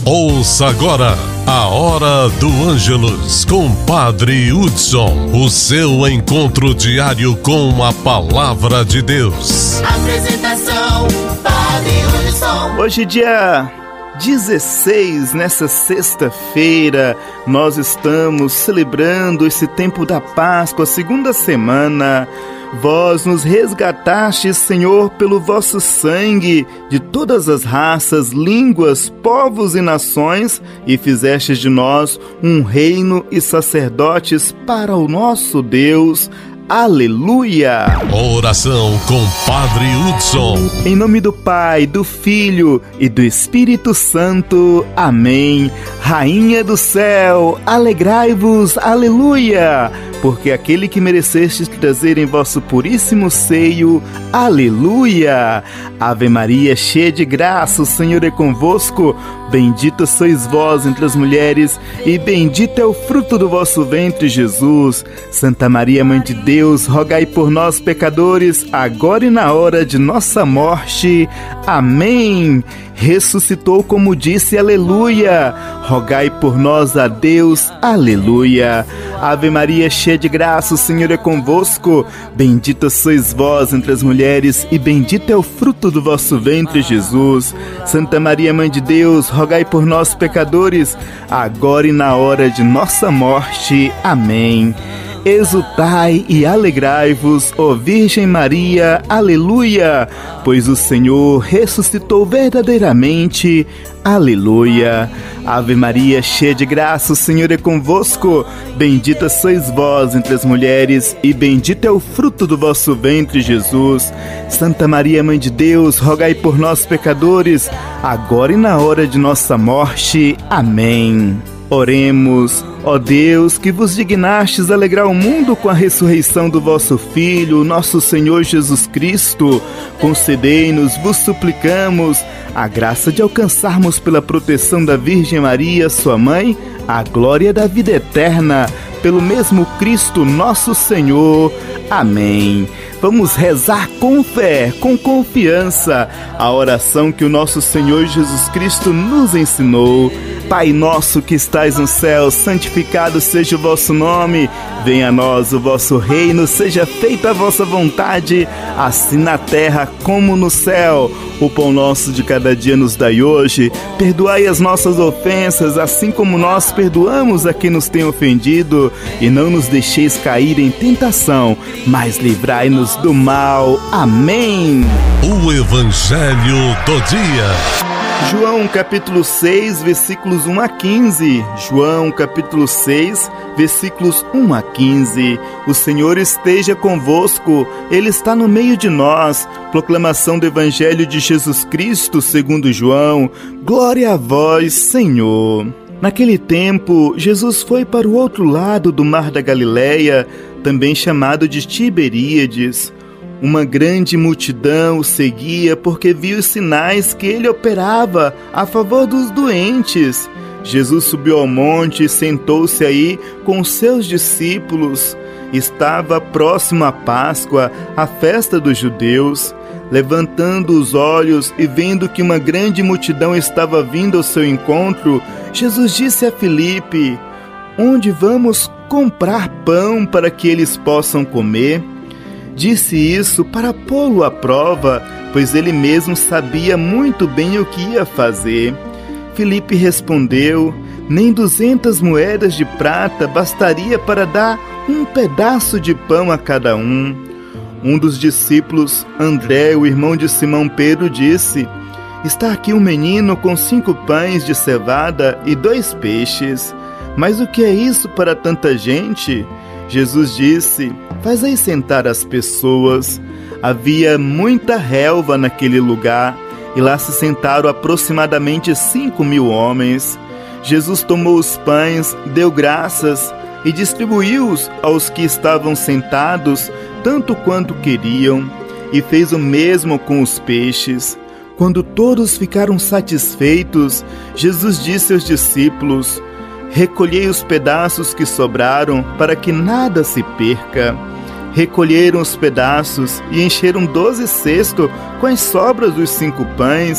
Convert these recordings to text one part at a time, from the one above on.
Ouça agora a Hora do Ângelus com Padre Hudson, o seu encontro diário com a Palavra de Deus. Apresentação, Padre Hudson. Hoje dia 16, nessa sexta-feira, nós estamos celebrando esse tempo da Páscoa, a segunda semana. Vós nos resgatastes, Senhor, pelo vosso sangue de todas as raças, línguas, povos e nações, e fizestes de nós um reino e sacerdotes para o nosso Deus. Aleluia! Oração com Padre Hudson. Em nome do Pai, do Filho e do Espírito Santo. Amém. Rainha do céu, alegrai-vos, aleluia! Porque aquele que merecestes trazer em vosso puríssimo seio, aleluia! Ave Maria, cheia de graça, o Senhor é convosco. Bendita sois vós entre as mulheres, e bendito é o fruto do vosso ventre, Jesus. Santa Maria, Mãe de Deus, rogai por nós, pecadores, agora e na hora de nossa morte. Amém. Ressuscitou, como disse, aleluia. Rogai por nós a Deus, aleluia. Ave Maria, cheia de graça, o Senhor é convosco. Bendita sois vós entre as mulheres, e bendito é o fruto do vosso ventre, Jesus. Santa Maria, Mãe de Deus, rogai por nós, pecadores, agora e na hora de nossa morte. Amém. Exultai e alegrai-vos, ó Virgem Maria, aleluia, pois o Senhor ressuscitou verdadeiramente, aleluia. Ave Maria, cheia de graça, o Senhor é convosco. Bendita sois vós entre as mulheres, e bendito é o fruto do vosso ventre, Jesus. Santa Maria, Mãe de Deus, rogai por nós, pecadores, agora e na hora de nossa morte. Amém. Oremos. Ó Deus, que vos dignastes alegrar o mundo com a ressurreição do vosso Filho, nosso Senhor Jesus Cristo, concedei-nos, vos suplicamos, a graça de alcançarmos pela proteção da Virgem Maria, sua mãe, a glória da vida eterna, pelo mesmo Cristo nosso Senhor. Amém. Vamos rezar com fé, com confiança, a oração que o nosso Senhor Jesus Cristo nos ensinou. Pai nosso que estais no céu, santificado seja o vosso nome. Venha a nós o vosso reino, seja feita a vossa vontade, assim na terra como no céu. O pão nosso de cada dia nos dai hoje. Perdoai as nossas ofensas, assim como nós perdoamos a quem nos tem ofendido. E não nos deixeis cair em tentação, mas livrai-nos do mal. Amém. O Evangelho do Dia. João capítulo 6, versículos 1 a 15. João capítulo 6, versículos 1 a 15. O Senhor esteja convosco, Ele está no meio de nós. Proclamação do Evangelho de Jesus Cristo segundo João. Glória a vós, Senhor. Naquele tempo, Jesus foi para o outro lado do mar da Galileia, também chamado de Tiberíades. Uma grande multidão o seguia porque viu os sinais que ele operava a favor dos doentes. Jesus subiu ao monte e sentou-se aí com os seus discípulos. Estava próximo à Páscoa, a festa dos judeus. Levantando os olhos e vendo que uma grande multidão estava vindo ao seu encontro, Jesus disse a Filipe: "Onde vamos comprar pão para que eles possam comer?" Disse isso para pô-lo à prova, pois ele mesmo sabia muito bem o que ia fazer. Filipe respondeu: "Nem 200 moedas de prata bastaria para dar um pedaço de pão a cada um." Um dos discípulos, André, o irmão de Simão Pedro, disse: "Está aqui um menino com 5 pães de cevada e 2 peixes. Mas o que é isso para tanta gente?" Jesus disse: "Fazei sentar as pessoas." Havia muita relva naquele lugar, e lá se sentaram aproximadamente 5.000 homens. Jesus tomou os pães, deu graças e distribuiu-os aos que estavam sentados, tanto quanto queriam, e fez o mesmo com os peixes. Quando todos ficaram satisfeitos, Jesus disse aos discípulos: "Recolhei os pedaços que sobraram, para que nada se perca." Recolheram os pedaços e encheram 12 cestos com as sobras dos 5 pães,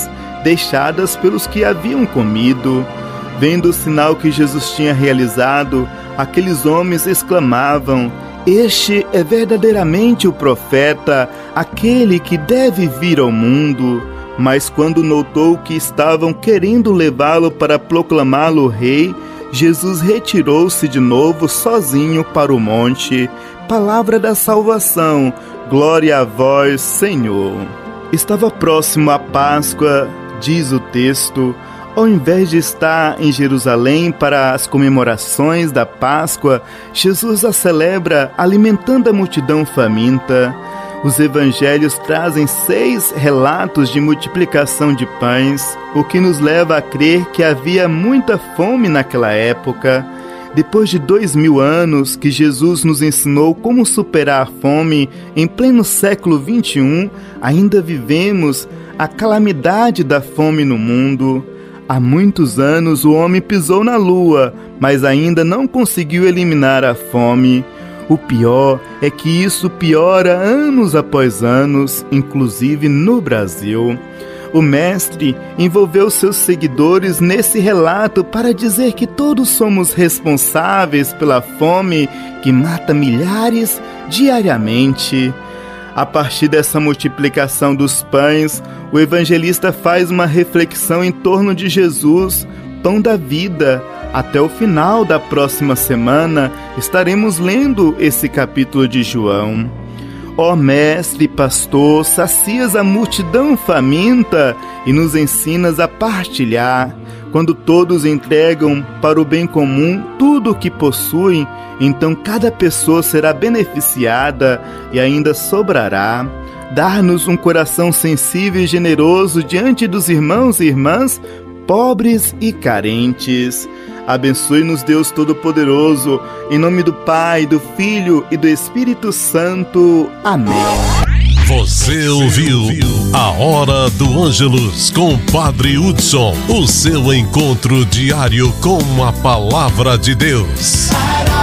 deixadas pelos que haviam comido. Vendo o sinal que Jesus tinha realizado, aqueles homens exclamavam: "Este é verdadeiramente o profeta, aquele que deve vir ao mundo." Mas quando notou que estavam querendo levá-lo para proclamá-lo rei, Jesus retirou-se de novo sozinho para o monte. Palavra da salvação, glória a vós, Senhor. Estava próximo a Páscoa, diz o texto. Ao invés de estar em Jerusalém para as comemorações da Páscoa, Jesus a celebra alimentando a multidão faminta. Os evangelhos trazem 6 relatos de multiplicação de pães, o que nos leva a crer que havia muita fome naquela época. Depois de 2000 anos que Jesus nos ensinou como superar a fome, em pleno século XXI, ainda vivemos a calamidade da fome no mundo. Há muitos anos o homem pisou na lua, mas ainda não conseguiu eliminar a fome. O pior é que isso piora anos após anos, inclusive no Brasil. O mestre envolveu seus seguidores nesse relato para dizer que todos somos responsáveis pela fome que mata milhares diariamente. A partir dessa multiplicação dos pães, o evangelista faz uma reflexão em torno de Jesus, pão da vida. Até o final da próxima semana, estaremos lendo esse capítulo de João. Ó mestre, pastor, sacias a multidão faminta e nos ensinas a partilhar. Quando todos entregam para o bem comum tudo o que possuem, então cada pessoa será beneficiada e ainda sobrará. Dar-nos um coração sensível e generoso diante dos irmãos e irmãs, pobres e carentes. Abençoe-nos, Deus Todo-Poderoso, em nome do Pai, do Filho e do Espírito Santo. Amém. Você ouviu A Hora do Ângelus com Padre Hudson, o seu encontro diário com a Palavra de Deus.